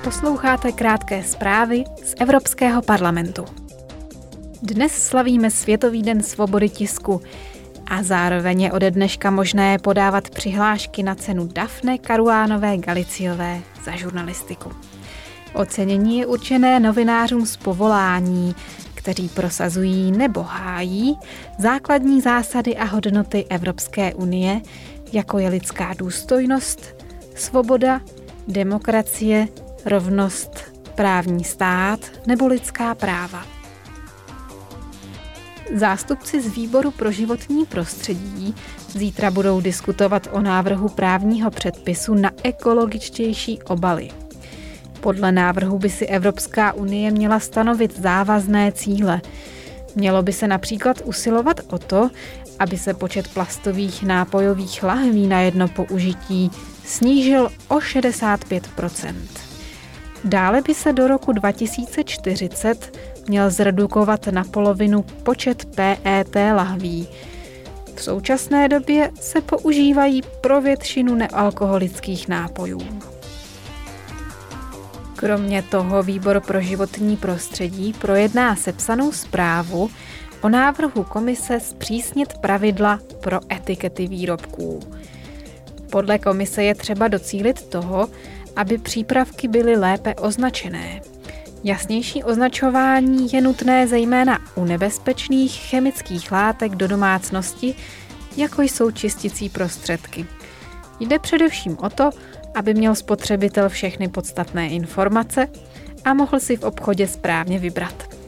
Posloucháte krátké zprávy z Evropského parlamentu. Dnes slavíme Světový den svobody tisku a zároveň je ode dneška možné podávat přihlášky na cenu Daphne Caruanové Galiciové za žurnalistiku. Ocenění je určené novinářům z povolání, kteří prosazují nebo hájí základní zásady a hodnoty Evropské unie, jako je lidská důstojnost, svoboda, demokracie, rovnost, právní stát nebo lidská práva. Zástupci z Výboru pro životní prostředí zítra budou diskutovat o návrhu právního předpisu na ekologičtější obaly. Podle návrhu by si Evropská unie měla stanovit závazné cíle. Mělo by se například usilovat o to, aby se počet plastových nápojových lahví na jedno použití snížil o 65%. Dále by se do roku 2040 měl zredukovat na polovinu počet PET lahví. V současné době se používají pro většinu nealkoholických nápojů. Kromě toho Výbor pro životní prostředí projedná sepsanou zprávu o návrhu komise zpřísnit pravidla pro etikety výrobků. Podle komise je třeba docílit toho, aby přípravky byly lépe označené. Jasnější označování je nutné zejména u nebezpečných chemických látek do domácnosti, jako jsou čisticí prostředky. Jde především o to, aby měl spotřebitel všechny podstatné informace a mohl si v obchodě správně vybrat.